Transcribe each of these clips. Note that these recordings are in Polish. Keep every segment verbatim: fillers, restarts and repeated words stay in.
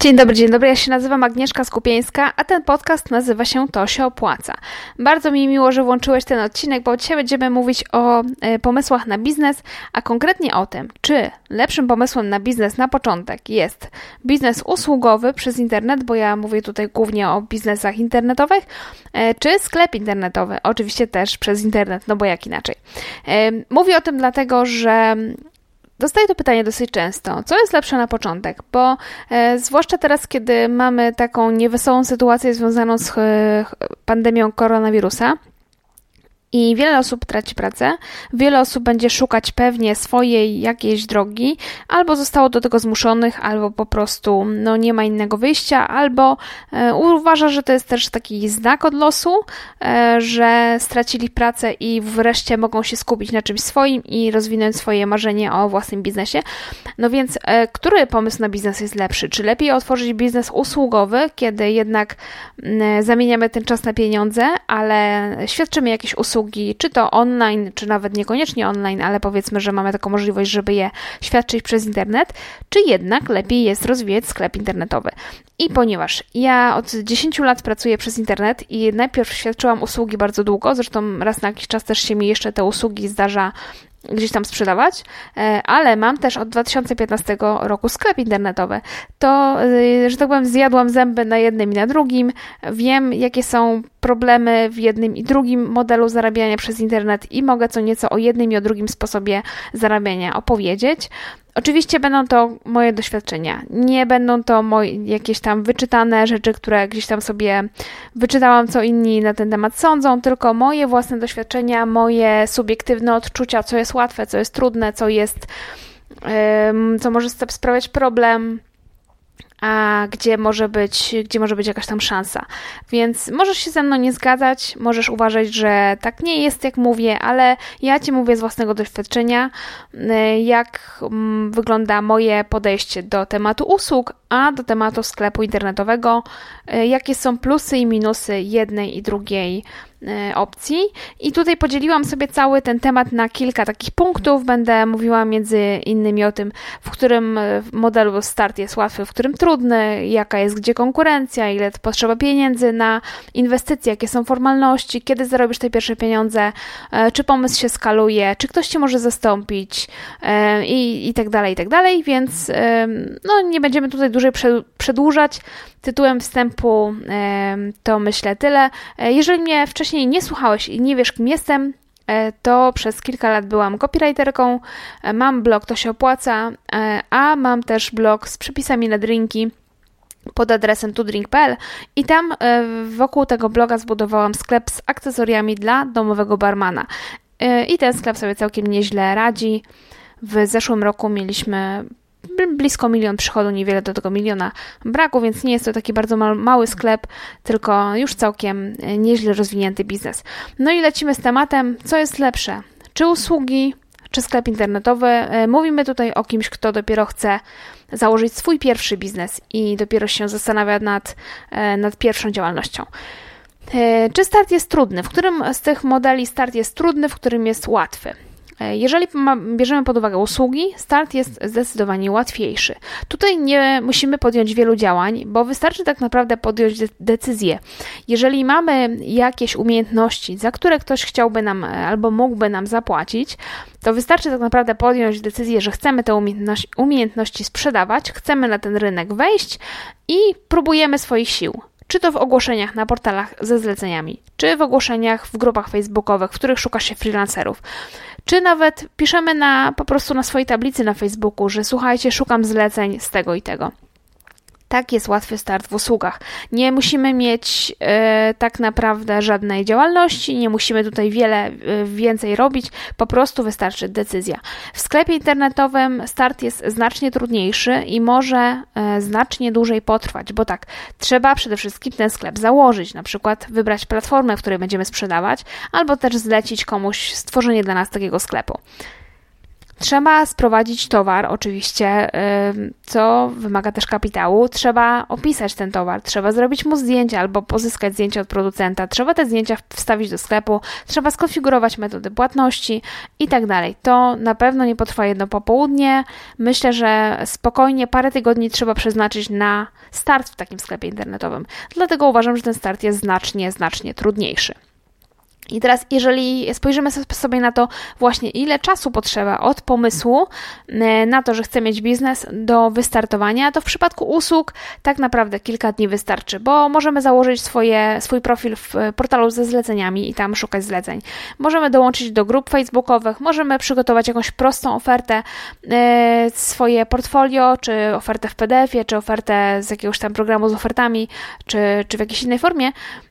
Dzień dobry, dzień dobry. Ja się nazywam Agnieszka Skupieńska, a ten podcast nazywa się To się opłaca. Bardzo mi miło, że włączyłeś ten odcinek, bo dzisiaj będziemy mówić o y, pomysłach na biznes, a konkretnie o tym, czy lepszym pomysłem na biznes na początek jest biznes usługowy przez internet, bo ja mówię tutaj głównie o biznesach internetowych, y, czy sklep internetowy, oczywiście też przez internet, no bo jak inaczej. Y, mówię o tym dlatego, że dostaję to pytanie dosyć często. Co jest lepsze na początek? Bo e, zwłaszcza teraz, kiedy mamy taką niewesołą sytuację związaną z e, pandemią koronawirusa, i wiele osób traci pracę, wiele osób będzie szukać pewnie swojej jakiejś drogi, albo zostało do tego zmuszonych, albo po prostu no, nie ma innego wyjścia, albo e, uważa, że to jest też taki znak od losu, e, że stracili pracę i wreszcie mogą się skupić na czymś swoim i rozwinąć swoje marzenie o własnym biznesie. No więc, e, który pomysł na biznes jest lepszy? Czy lepiej otworzyć biznes usługowy, kiedy jednak m, zamieniamy ten czas na pieniądze, ale świadczymy jakieś usługi, czy to online, czy nawet niekoniecznie online, ale powiedzmy, że mamy taką możliwość, żeby je świadczyć przez internet, czy jednak lepiej jest rozwijać sklep internetowy. I ponieważ ja od dziesięciu lat pracuję przez internet i najpierw świadczyłam usługi bardzo długo, zresztą raz na jakiś czas też się mi jeszcze te usługi zdarza gdzieś tam sprzedawać, ale mam też od dwa tysiące piętnastego roku sklep internetowy. To, że tak powiem, zjadłam zęby na jednym i na drugim. Wiem, jakie są problemy w jednym i drugim modelu zarabiania przez internet i mogę co nieco o jednym i o drugim sposobie zarabiania opowiedzieć. Oczywiście będą to moje doświadczenia, nie będą to moje jakieś tam wyczytane rzeczy, które gdzieś tam sobie wyczytałam, co inni na ten temat sądzą, tylko moje własne doświadczenia, moje subiektywne odczucia, co jest łatwe, co jest trudne, co jest, co może sprawiać problem, a gdzie może być, gdzie może być jakaś tam szansa. Więc możesz się ze mną nie zgadzać, możesz uważać, że tak nie jest, jak mówię, ale ja Ci mówię z własnego doświadczenia, jak wygląda moje podejście do tematu usług, a do tematu sklepu internetowego, jakie są plusy i minusy jednej i drugiej opcji. I tutaj podzieliłam sobie cały ten temat na kilka takich punktów. Będę mówiła między innymi o tym, w którym modelu start jest łatwy, w którym trudny, jaka jest gdzie konkurencja, ile potrzeba pieniędzy na inwestycje, jakie są formalności, kiedy zarobisz te pierwsze pieniądze, czy pomysł się skaluje, czy ktoś Cię może zastąpić i, i tak dalej, i tak dalej, więc no, nie będziemy tutaj dłużej przedłużać. Tytułem wstępu to myślę tyle. Jeżeli mnie wcześniej nie słuchałeś i nie wiesz, kim jestem, to przez kilka lat byłam copywriterką, mam blog To się opłaca, a mam też blog z przepisami na drinki pod adresem to drink kropka p l i tam wokół tego bloga zbudowałam sklep z akcesoriami dla domowego barmana. I ten sklep sobie całkiem nieźle radzi. W zeszłym roku mieliśmy blisko milion przychodu, niewiele do tego miliona braku, więc nie jest to taki bardzo mały sklep, tylko już całkiem nieźle rozwinięty biznes. No i lecimy z tematem, co jest lepsze, czy usługi, czy sklep internetowy. Mówimy tutaj o kimś, kto dopiero chce założyć swój pierwszy biznes i dopiero się zastanawia nad, nad pierwszą działalnością. Czy start jest trudny? W którym z tych modeli start jest trudny, w którym jest łatwy? Jeżeli bierzemy pod uwagę usługi, start jest zdecydowanie łatwiejszy. Tutaj nie musimy podjąć wielu działań, bo wystarczy tak naprawdę podjąć de- decyzję. Jeżeli mamy jakieś umiejętności, za które ktoś chciałby nam albo mógłby nam zapłacić, to wystarczy tak naprawdę podjąć decyzję, że chcemy te umiejętności, umiejętności sprzedawać, chcemy na ten rynek wejść i próbujemy swoich sił. Czy to w ogłoszeniach na portalach ze zleceniami, czy w ogłoszeniach w grupach facebookowych, w których szuka się freelancerów, czy nawet piszemy na, po prostu na swojej tablicy na Facebooku, że słuchajcie, szukam zleceń z tego i tego. Tak jest łatwy start w usługach. Nie musimy mieć e, tak naprawdę żadnej działalności, nie musimy tutaj wiele e, więcej robić, po prostu wystarczy decyzja. W sklepie internetowym start jest znacznie trudniejszy i może e, znacznie dłużej potrwać, bo tak, trzeba przede wszystkim ten sklep założyć, na przykład wybrać platformę, w której będziemy sprzedawać, albo też zlecić komuś stworzenie dla nas takiego sklepu. Trzeba sprowadzić towar, oczywiście, co wymaga też kapitału. Trzeba opisać ten towar, trzeba zrobić mu zdjęcia albo pozyskać zdjęcia od producenta. Trzeba te zdjęcia wstawić do sklepu, trzeba skonfigurować metody płatności i tak dalej. To na pewno nie potrwa jedno popołudnie. Myślę, że spokojnie parę tygodni trzeba przeznaczyć na start w takim sklepie internetowym. Dlatego uważam, że ten start jest znacznie, znacznie trudniejszy. I teraz, jeżeli spojrzymy sobie na to właśnie, ile czasu potrzeba od pomysłu na to, że chcę mieć biznes, do wystartowania, to w przypadku usług tak naprawdę kilka dni wystarczy, bo możemy założyć swoje, swój profil w portalu ze zleceniami i tam szukać zleceń. Możemy dołączyć do grup facebookowych, możemy przygotować jakąś prostą ofertę, swoje portfolio, czy ofertę w P D F ie, czy ofertę z jakiegoś tam programu z ofertami, czy, czy w jakiejś innej formie.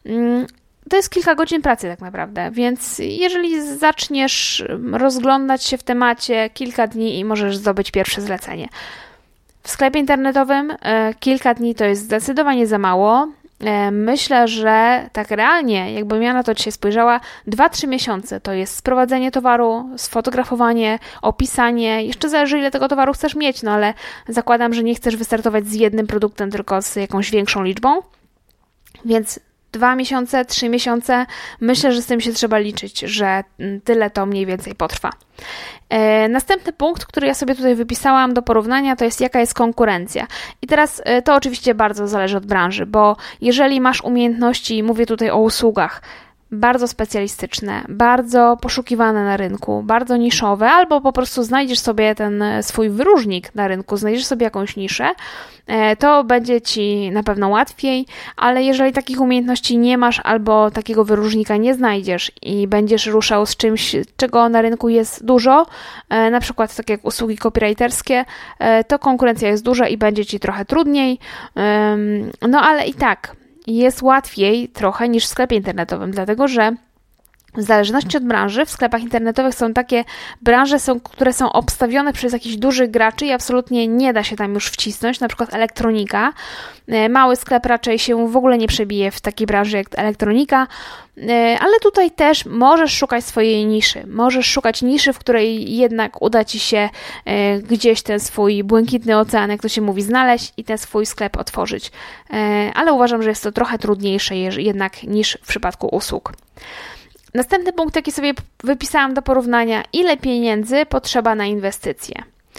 To jest kilka godzin pracy tak naprawdę, więc jeżeli zaczniesz rozglądać się w temacie kilka dni i możesz zdobyć pierwsze zlecenie. W sklepie internetowym kilka dni to jest zdecydowanie za mało. Myślę, że tak realnie, jakbym ja na to dzisiaj spojrzała, dwa trzy miesiące to jest sprowadzenie towaru, sfotografowanie, opisanie, jeszcze zależy ile tego towaru chcesz mieć, no ale zakładam, że nie chcesz wystartować z jednym produktem, tylko z jakąś większą liczbą, więc Dwa miesiące, trzy miesiące, myślę, że z tym się trzeba liczyć, że tyle to mniej więcej potrwa. E, następny punkt, który ja sobie tutaj wypisałam do porównania, to jest jaka jest konkurencja. I teraz e, to oczywiście bardzo zależy od branży, bo jeżeli masz umiejętności, mówię tutaj o usługach, bardzo specjalistyczne, bardzo poszukiwane na rynku, bardzo niszowe, albo po prostu znajdziesz sobie ten swój wyróżnik na rynku, znajdziesz sobie jakąś niszę, to będzie Ci na pewno łatwiej, ale jeżeli takich umiejętności nie masz albo takiego wyróżnika nie znajdziesz i będziesz ruszał z czymś, czego na rynku jest dużo, na przykład tak jak usługi copywriterskie, to konkurencja jest duża i będzie Ci trochę trudniej, no ale i tak jest łatwiej trochę niż w sklepie internetowym, dlatego że w zależności od branży, w sklepach internetowych są takie branże, są, które są obstawione przez jakichś dużych graczy i absolutnie nie da się tam już wcisnąć, na przykład elektronika. Mały sklep raczej się w ogóle nie przebije w takiej branży jak elektronika, ale tutaj też możesz szukać swojej niszy. Możesz szukać niszy, w której jednak uda Ci się gdzieś ten swój błękitny ocean, jak to się mówi, znaleźć i ten swój sklep otworzyć. Ale uważam, że jest to trochę trudniejsze jednak niż w przypadku usług. Następny punkt, jaki sobie wypisałam do porównania, ile pieniędzy potrzeba na inwestycje.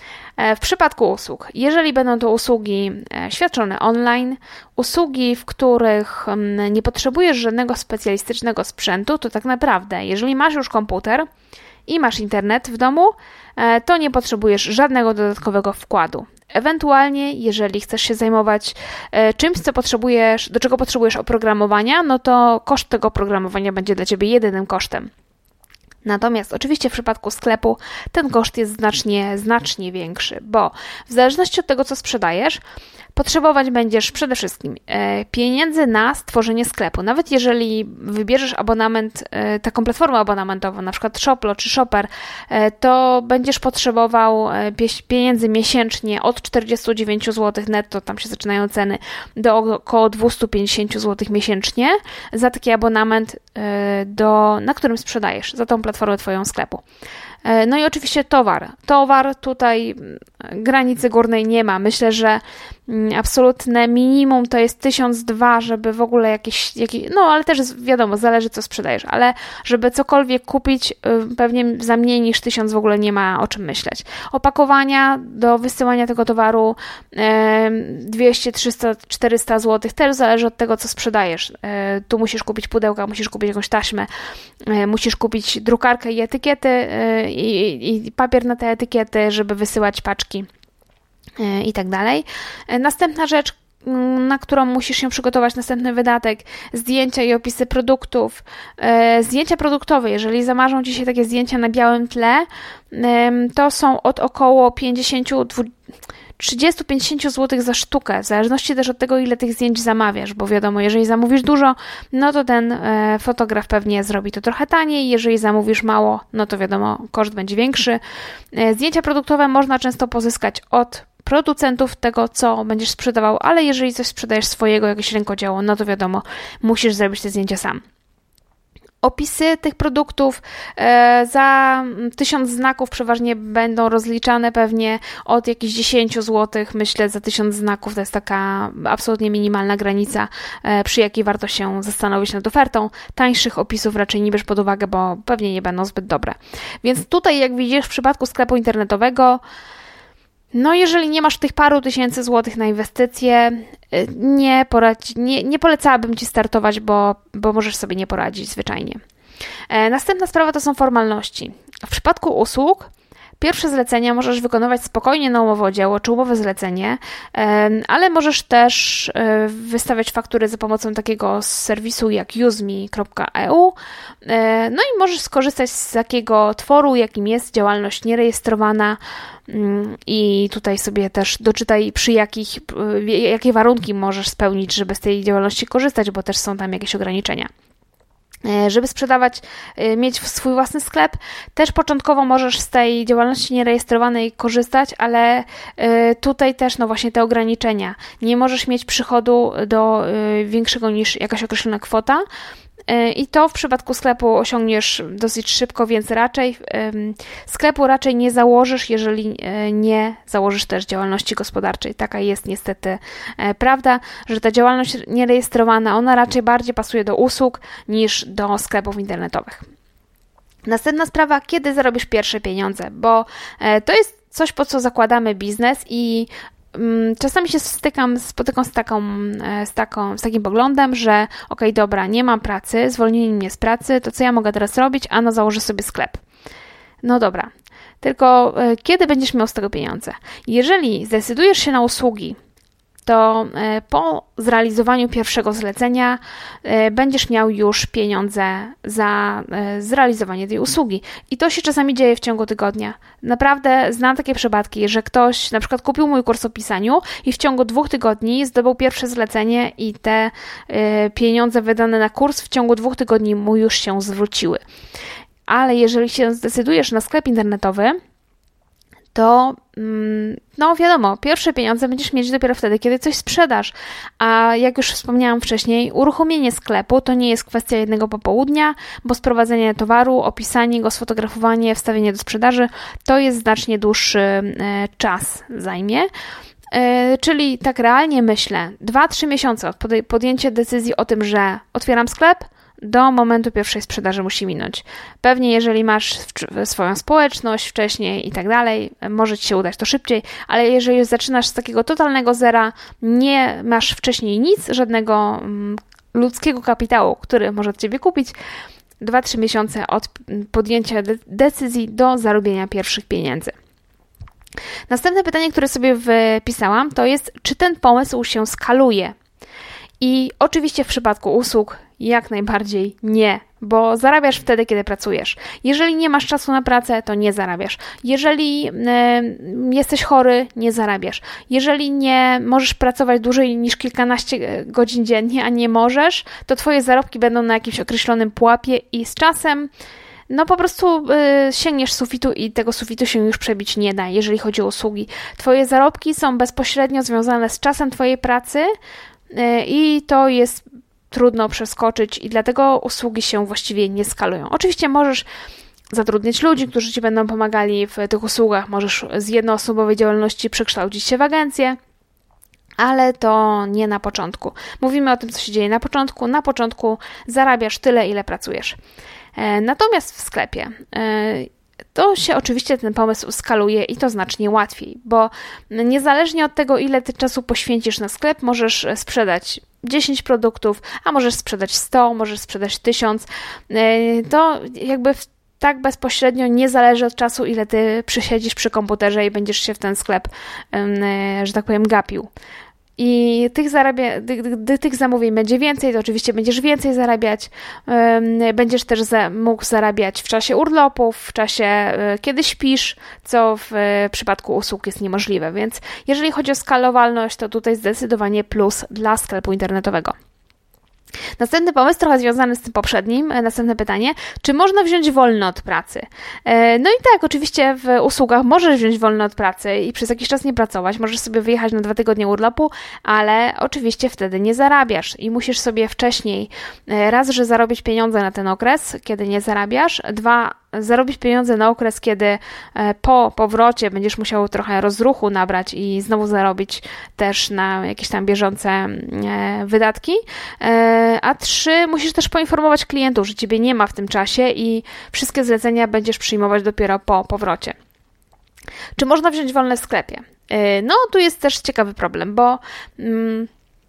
W przypadku usług, jeżeli będą to usługi świadczone online, usługi, w których nie potrzebujesz żadnego specjalistycznego sprzętu, to tak naprawdę, jeżeli masz już komputer i masz internet w domu, to nie potrzebujesz żadnego dodatkowego wkładu. Ewentualnie, jeżeli chcesz się zajmować czymś, co potrzebujesz, do czego potrzebujesz oprogramowania, no to koszt tego oprogramowania będzie dla Ciebie jedynym kosztem. Natomiast oczywiście w przypadku sklepu ten koszt jest znacznie, znacznie większy, bo w zależności od tego, co sprzedajesz, potrzebować będziesz przede wszystkim pieniędzy na stworzenie sklepu. Nawet jeżeli wybierzesz abonament, taką platformę abonamentową, na przykład Shoplo czy Shopper, to będziesz potrzebował pieniędzy miesięcznie od czterdzieści dziewięć złotych netto, tam się zaczynają ceny, do około dwieście pięćdziesiąt złotych miesięcznie za taki abonament, do, na którym sprzedajesz, za tą platformę Twojego sklepu. No i oczywiście towar. Towar tutaj granicy górnej nie ma. Myślę, że absolutne minimum to jest tysiąc dwa, żeby w ogóle jakieś, jakieś, no ale też wiadomo, zależy co sprzedajesz, ale żeby cokolwiek kupić, pewnie za mniej niż tysiąc w ogóle nie ma o czym myśleć. Opakowania do wysyłania tego towaru dwieście, trzysta, czterysta złotych, też zależy od tego, co sprzedajesz. Tu musisz kupić pudełka, musisz kupić jakąś taśmę, musisz kupić drukarkę i etykiety i, i papier na te etykiety, żeby wysyłać paczki i tak dalej. Następna rzecz, na którą musisz się przygotować, następny wydatek, zdjęcia i opisy produktów. Zdjęcia produktowe, jeżeli zamarzą Ci się takie zdjęcia na białym tle, to są od około pięćdziesiąt, trzydzieści do pięćdziesięciu złotych za sztukę, w zależności też od tego, ile tych zdjęć zamawiasz, bo wiadomo, jeżeli zamówisz dużo, no to ten fotograf pewnie zrobi to trochę taniej, jeżeli zamówisz mało, no to wiadomo, koszt będzie większy. Zdjęcia produktowe można często pozyskać od producentów tego, co będziesz sprzedawał, ale jeżeli coś sprzedajesz swojego, jakieś rękodzieło, no to wiadomo, musisz zrobić te zdjęcia sam. Opisy tych produktów e, za tysiąc znaków przeważnie będą rozliczane pewnie od jakichś dziesięć złotych. Myślę, za tysiąc znaków to jest taka absolutnie minimalna granica, e, przy jakiej warto się zastanowić nad ofertą. Tańszych opisów raczej nie bierz pod uwagę, bo pewnie nie będą zbyt dobre. Więc tutaj, jak widzisz, w przypadku sklepu internetowego, no jeżeli nie masz tych paru tysięcy złotych na inwestycje, nie, poradź, nie, nie polecałabym Ci startować, bo, bo możesz sobie nie poradzić zwyczajnie. E, następna sprawa to są formalności. W przypadku usług pierwsze zlecenia możesz wykonywać spokojnie na umowodzieło czy umowy zlecenie, e, ale możesz też e, wystawiać faktury za pomocą takiego serwisu jak useme kropka e u. E, no i możesz skorzystać z takiego tworu, jakim jest działalność nierejestrowana, i tutaj sobie też doczytaj, przy jakich, jakie warunki możesz spełnić, żeby z tej działalności korzystać, bo też są tam jakieś ograniczenia. Żeby sprzedawać, mieć swój własny sklep, też początkowo możesz z tej działalności nierejestrowanej korzystać, ale tutaj też no właśnie te ograniczenia. Nie możesz mieć przychodu do większego niż jakaś określona kwota. I to w przypadku sklepu osiągniesz dosyć szybko, więc raczej sklepu raczej nie założysz, jeżeli nie założysz też działalności gospodarczej. Taka jest niestety prawda, że ta działalność nierejestrowana, ona raczej bardziej pasuje do usług niż do sklepów internetowych. Następna sprawa, kiedy zarobisz pierwsze pieniądze, bo to jest coś, po co zakładamy biznes i czasami się stykam, spotykam z, taką, z, taką, z takim poglądem, że okej, okay, dobra, nie mam pracy, zwolnili mnie z pracy, to co ja mogę teraz robić? A no, założę sobie sklep. No dobra, tylko kiedy będziesz miał z tego pieniądze? Jeżeli zdecydujesz się na usługi, to po zrealizowaniu pierwszego zlecenia będziesz miał już pieniądze za zrealizowanie tej usługi. I to się czasami dzieje w ciągu tygodnia. Naprawdę znam takie przypadki, że ktoś na przykład kupił mój kurs o pisaniu i w ciągu dwóch tygodni zdobył pierwsze zlecenie i te pieniądze wydane na kurs w ciągu dwóch tygodni mu już się zwróciły. Ale jeżeli się zdecydujesz na sklep internetowy, to no wiadomo, pierwsze pieniądze będziesz mieć dopiero wtedy, kiedy coś sprzedasz, a jak już wspomniałam wcześniej, uruchomienie sklepu to nie jest kwestia jednego popołudnia, bo sprowadzenie towaru, opisanie go, sfotografowanie, wstawienie do sprzedaży to jest znacznie dłuższy czas zajmie. Czyli tak realnie myślę, dwa trzy miesiące od podjęcia decyzji o tym, że otwieram sklep, do momentu pierwszej sprzedaży musi minąć. Pewnie jeżeli masz swoją społeczność wcześniej i tak dalej, może Ci się udać to szybciej, ale jeżeli zaczynasz z takiego totalnego zera, nie masz wcześniej nic, żadnego ludzkiego kapitału, który może od Ciebie kupić, dwa trzy miesiące od podjęcia decyzji do zarobienia pierwszych pieniędzy. Następne pytanie, które sobie wypisałam, to jest, czy ten pomysł się skaluje? I oczywiście w przypadku usług jak najbardziej nie, bo zarabiasz wtedy, kiedy pracujesz. Jeżeli nie masz czasu na pracę, to nie zarabiasz. Jeżeli y, jesteś chory, nie zarabiasz. Jeżeli nie możesz pracować dłużej niż kilkanaście godzin dziennie, a nie możesz, to Twoje zarobki będą na jakimś określonym pułapie i z czasem no po prostu y, sięgniesz sufitu i tego sufitu się już przebić nie da, jeżeli chodzi o usługi. Twoje zarobki są bezpośrednio związane z czasem Twojej pracy y, i to jest trudno przeskoczyć i dlatego usługi się właściwie nie skalują. Oczywiście możesz zatrudniać ludzi, którzy Ci będą pomagali w tych usługach, możesz z jednoosobowej działalności przekształcić się w agencję, ale to nie na początku. Mówimy o tym, co się dzieje na początku. Na początku zarabiasz tyle, ile pracujesz. Natomiast w sklepie to się oczywiście ten pomysł skaluje i to znacznie łatwiej, bo niezależnie od tego, ile Ty czasu poświęcisz na sklep, możesz sprzedać dziesięć produktów, a możesz sprzedać sto, możesz sprzedać tysiąc. To jakby w tak bezpośrednio nie zależy od czasu, ile Ty przysiedzisz przy komputerze i będziesz się w ten sklep, że tak powiem, gapił. I tych, zarabia, gdy, gdy tych zamówień będzie więcej, to oczywiście będziesz więcej zarabiać. Będziesz też za, mógł zarabiać w czasie urlopów, w czasie kiedy śpisz, co w przypadku usług jest niemożliwe. Więc jeżeli chodzi o skalowalność, to tutaj zdecydowanie plus dla sklepu internetowego. Następny pomysł, trochę związany z tym poprzednim, następne pytanie, czy można wziąć wolno od pracy? No i tak, oczywiście w usługach możesz wziąć wolno od pracy i przez jakiś czas nie pracować, możesz sobie wyjechać na dwa tygodnie urlopu, ale oczywiście wtedy nie zarabiasz i musisz sobie wcześniej raz, że zarobić pieniądze na ten okres, kiedy nie zarabiasz, dwa, zarobić pieniądze na okres, kiedy po powrocie będziesz musiał trochę rozruchu nabrać i znowu zarobić też na jakieś tam bieżące wydatki, a trzy, musisz też poinformować klientów, że ciebie nie ma w tym czasie i wszystkie zlecenia będziesz przyjmować dopiero po powrocie. Czy można wziąć wolne w sklepie? No, tu jest też ciekawy problem, bo mm,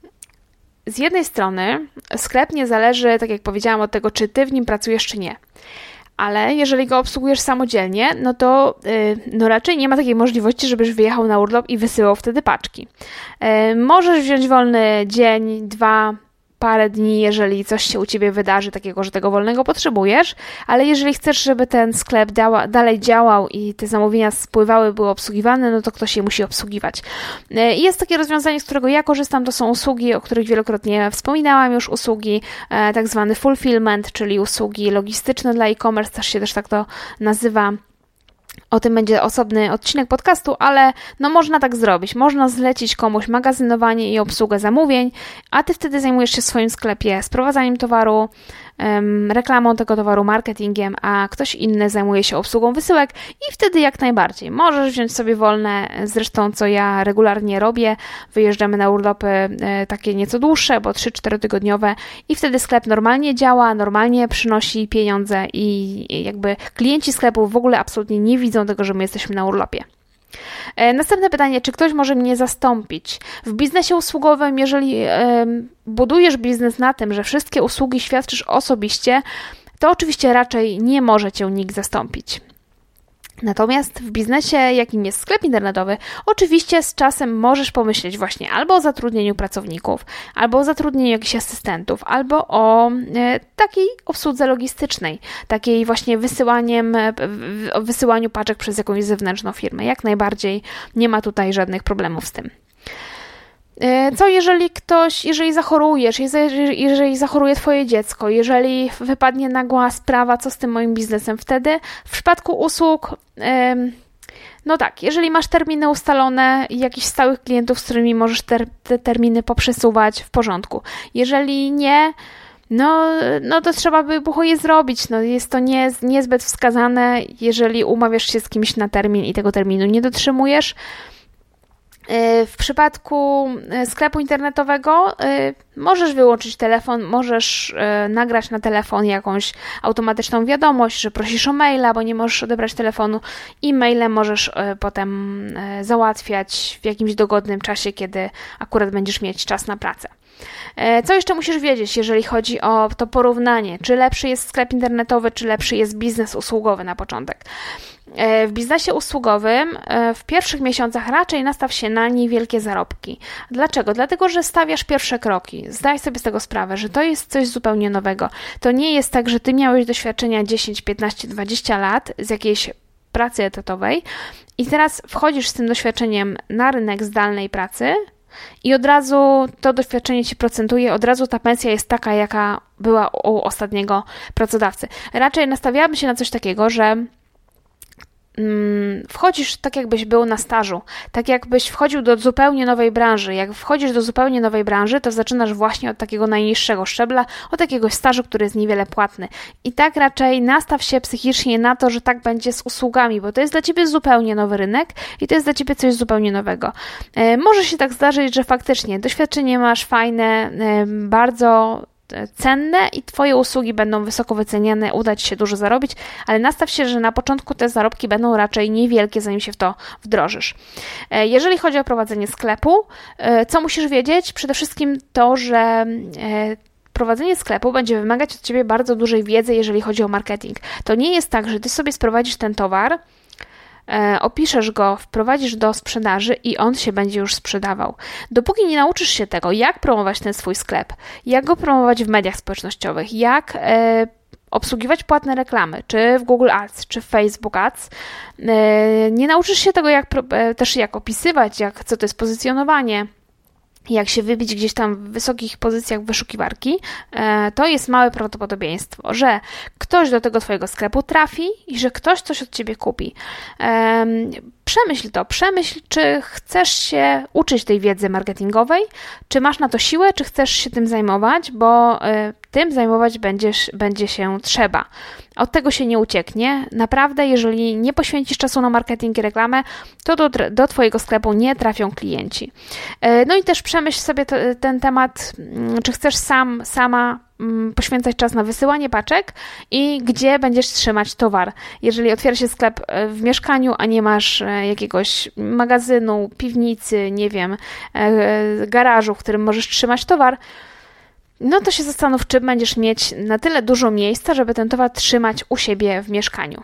z jednej strony sklep nie zależy, tak jak powiedziałam, od tego, czy ty w nim pracujesz, czy nie. Ale jeżeli go obsługujesz samodzielnie, no to yy, no raczej nie ma takiej możliwości, żebyś wyjechał na urlop i wysyłał wtedy paczki. Yy, możesz wziąć wolny dzień, dwa, parę dni, jeżeli coś się u ciebie wydarzy takiego, że tego wolnego potrzebujesz, ale jeżeli chcesz, żeby ten sklep dała, dalej działał i te zamówienia spływały, były obsługiwane, no to ktoś je musi obsługiwać. I jest takie rozwiązanie, z którego ja korzystam, to są usługi, o których wielokrotnie wspominałam już, usługi tak zwany fulfillment, czyli usługi logistyczne dla e-commerce, też się też tak to nazywa. O tym będzie osobny odcinek podcastu, ale no można tak zrobić. Można zlecić komuś magazynowanie i obsługę zamówień, a ty wtedy zajmujesz się w swoim sklepie sprowadzaniem towaru, reklamą tego towaru, marketingiem, a ktoś inny zajmuje się obsługą wysyłek i wtedy jak najbardziej. Możesz wziąć sobie wolne, zresztą co ja regularnie robię, wyjeżdżamy na urlopy takie nieco dłuższe, bo trzy cztery tygodniowe i wtedy sklep normalnie działa, normalnie przynosi pieniądze i jakby klienci sklepu w ogóle absolutnie nie widzą tego, że my jesteśmy na urlopie. Następne pytanie, czy ktoś może mnie zastąpić? W biznesie usługowym, jeżeli e, budujesz biznes na tym, że wszystkie usługi świadczysz osobiście, to oczywiście raczej nie może cię nikt zastąpić. Natomiast w biznesie, jakim jest sklep internetowy, oczywiście z czasem możesz pomyśleć właśnie albo o zatrudnieniu pracowników, albo o zatrudnieniu jakichś asystentów, albo o e, takiej obsłudze logistycznej, takiej właśnie wysyłaniem, e, wysyłaniu paczek przez jakąś zewnętrzną firmę. Jak najbardziej nie ma tutaj żadnych problemów z tym. Co jeżeli ktoś, jeżeli zachorujesz, jeżeli zachoruje twoje dziecko, jeżeli wypadnie nagła sprawa, co z tym moim biznesem wtedy? W przypadku usług, no tak, jeżeli masz terminy ustalone i jakichś stałych klientów, z którymi możesz te, te terminy poprzesuwać, w porządku. Jeżeli nie, no, no to trzeba by było je zrobić. No, jest to nie, niezbyt wskazane, jeżeli umawiasz się z kimś na termin i tego terminu nie dotrzymujesz. W przypadku sklepu internetowego możesz wyłączyć telefon, możesz nagrać na telefon jakąś automatyczną wiadomość, że prosisz o maila, bo nie możesz odebrać telefonu i mailem możesz potem załatwiać w jakimś dogodnym czasie, kiedy akurat będziesz mieć czas na pracę. Co jeszcze musisz wiedzieć, jeżeli chodzi o to porównanie, czy lepszy jest sklep internetowy, czy lepszy jest biznes usługowy na początek? W biznesie usługowym w pierwszych miesiącach raczej nastaw się na niewielkie zarobki. Dlaczego? Dlatego, że stawiasz pierwsze kroki. Zdaj sobie z tego sprawę, że to jest coś zupełnie nowego. To nie jest tak, że ty miałeś doświadczenia dziesięć, piętnaście, dwadzieścia lat z jakiejś pracy etatowej i teraz wchodzisz z tym doświadczeniem na rynek zdalnej pracy i od razu to doświadczenie ci procentuje, od razu ta pensja jest taka, jaka była u ostatniego pracodawcy. Raczej nastawiałabym się na coś takiego, że wchodzisz tak, jakbyś był na stażu, tak jakbyś wchodził do zupełnie nowej branży. Jak wchodzisz do zupełnie nowej branży, to zaczynasz właśnie od takiego najniższego szczebla, od jakiegoś stażu, który jest niewiele płatny. I tak raczej nastaw się psychicznie na to, że tak będzie z usługami, bo to jest dla ciebie zupełnie nowy rynek i to jest dla ciebie coś zupełnie nowego. Może się tak zdarzyć, że faktycznie doświadczenie masz fajne, bardzo cenne i twoje usługi będą wysoko wyceniane, uda ci się dużo zarobić, ale nastaw się, że na początku te zarobki będą raczej niewielkie, zanim się w to wdrożysz. Jeżeli chodzi o prowadzenie sklepu, co musisz wiedzieć? Przede wszystkim to, że prowadzenie sklepu będzie wymagać od ciebie bardzo dużej wiedzy, jeżeli chodzi o marketing. To nie jest tak, że ty sobie sprowadzisz ten towar, opiszesz go, wprowadzisz do sprzedaży i on się będzie już sprzedawał. Dopóki nie nauczysz się tego, jak promować ten swój sklep, jak go promować w mediach społecznościowych, jak e, obsługiwać płatne reklamy, czy w Google Ads, czy w Facebook Ads, e, nie nauczysz się tego, jak, e, też jak opisywać, jak, co to jest pozycjonowanie, jak się wybić gdzieś tam w wysokich pozycjach wyszukiwarki, to jest małe prawdopodobieństwo, że ktoś do tego Twojego sklepu trafi i że ktoś coś od Ciebie kupi. Przemyśl to, przemyśl, czy chcesz się uczyć tej wiedzy marketingowej, czy masz na to siłę, czy chcesz się tym zajmować, bo tym zajmować będziesz, będzie się trzeba. Od tego się nie ucieknie. Naprawdę, jeżeli nie poświęcisz czasu na marketing i reklamę, to do, do Twojego sklepu nie trafią klienci. No i też przemyśl sobie to, ten temat, czy chcesz sam, sama poświęcać czas na wysyłanie paczek i gdzie będziesz trzymać towar. Jeżeli otwiera się sklep w mieszkaniu, a nie masz jakiegoś magazynu, piwnicy, nie wiem, garażu, w którym możesz trzymać towar, no to się zastanów, czy będziesz mieć na tyle dużo miejsca, żeby ten towar trzymać u siebie w mieszkaniu.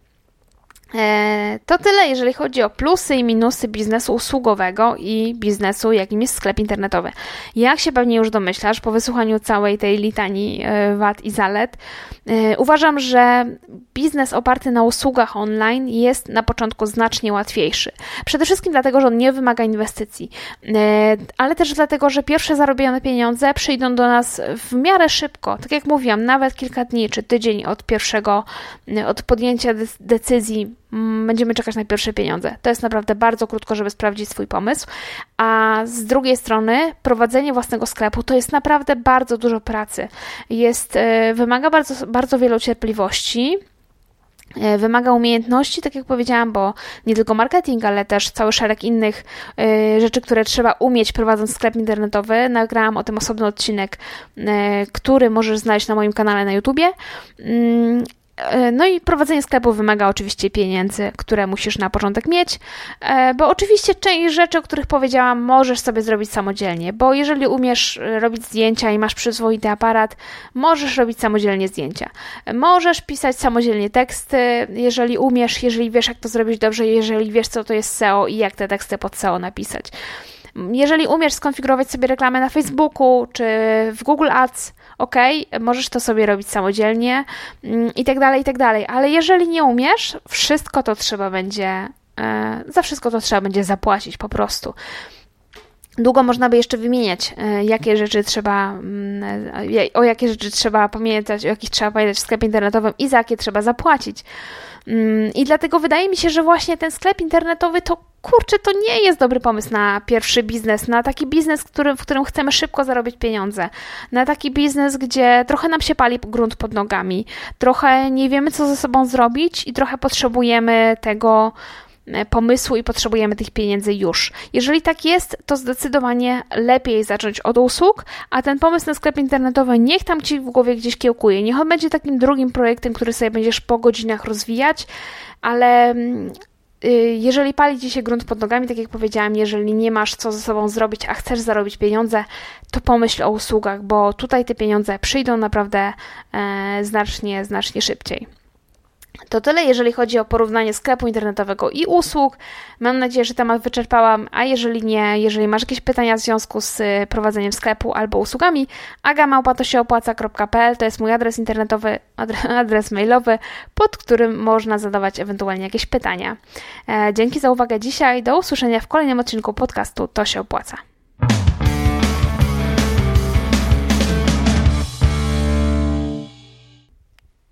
To tyle, jeżeli chodzi o plusy i minusy biznesu usługowego i biznesu, jakim jest sklep internetowy. Jak się pewnie już domyślasz, po wysłuchaniu całej tej litanii wad i zalet, uważam, że biznes oparty na usługach online jest na początku znacznie łatwiejszy. Przede wszystkim dlatego, że on nie wymaga inwestycji, ale też dlatego, że pierwsze zarobione pieniądze przyjdą do nas w miarę szybko. Tak jak mówiłam, nawet kilka dni czy tydzień od pierwszego, od podjęcia decyzji będziemy czekać na pierwsze pieniądze. To jest naprawdę bardzo krótko, żeby sprawdzić swój pomysł, a z drugiej strony prowadzenie własnego sklepu to jest naprawdę bardzo dużo pracy. Jest, wymaga bardzo, bardzo wielu cierpliwości, wymaga umiejętności, tak jak powiedziałam, bo nie tylko marketing, ale też cały szereg innych rzeczy, które trzeba umieć prowadząc sklep internetowy. Nagrałam o tym osobny odcinek, który możesz znaleźć na moim kanale na YouTubie. No i prowadzenie sklepu wymaga oczywiście pieniędzy, które musisz na początek mieć, bo oczywiście część rzeczy, o których powiedziałam, możesz sobie zrobić samodzielnie, bo jeżeli umiesz robić zdjęcia i masz przyzwoity aparat, możesz robić samodzielnie zdjęcia. Możesz pisać samodzielnie teksty, jeżeli umiesz, jeżeli wiesz, jak to zrobić dobrze, jeżeli wiesz, co to jest S E O i jak te teksty pod S E O napisać. Jeżeli umiesz skonfigurować sobie reklamę na Facebooku czy w Google Ads, ok, możesz to sobie robić samodzielnie i tak dalej, i tak dalej. Ale jeżeli nie umiesz, wszystko to trzeba będzie, za wszystko to trzeba będzie zapłacić po prostu. Długo można by jeszcze wymieniać, jakie rzeczy trzeba, o jakie rzeczy trzeba pamiętać, o jakich trzeba pamiętać w sklepie internetowym i za jakie trzeba zapłacić. I dlatego wydaje mi się, że właśnie ten sklep internetowy to, kurczę, to nie jest dobry pomysł na pierwszy biznes, na taki biznes, który, w którym chcemy szybko zarobić pieniądze, na taki biznes, gdzie trochę nam się pali grunt pod nogami, trochę nie wiemy, co ze sobą zrobić i trochę potrzebujemy tego pomysłu i potrzebujemy tych pieniędzy już. Jeżeli tak jest, to zdecydowanie lepiej zacząć od usług, a ten pomysł na sklep internetowy niech tam Ci w głowie gdzieś kiełkuje. Niech on będzie takim drugim projektem, który sobie będziesz po godzinach rozwijać, ale jeżeli pali Ci się grunt pod nogami, tak jak powiedziałam, jeżeli nie masz co ze sobą zrobić, a chcesz zarobić pieniądze, to pomyśl o usługach, bo tutaj te pieniądze przyjdą naprawdę e, znacznie, znacznie szybciej. To tyle, jeżeli chodzi o porównanie sklepu internetowego i usług. Mam nadzieję, że temat wyczerpałam, a jeżeli nie, jeżeli masz jakieś pytania w związku z prowadzeniem sklepu albo usługami, aga małpa to się opłaca kropka pe el to jest mój adres internetowy, adres mailowy, pod którym można zadawać ewentualnie jakieś pytania. Dzięki za uwagę dzisiaj, do usłyszenia w kolejnym odcinku podcastu To się opłaca.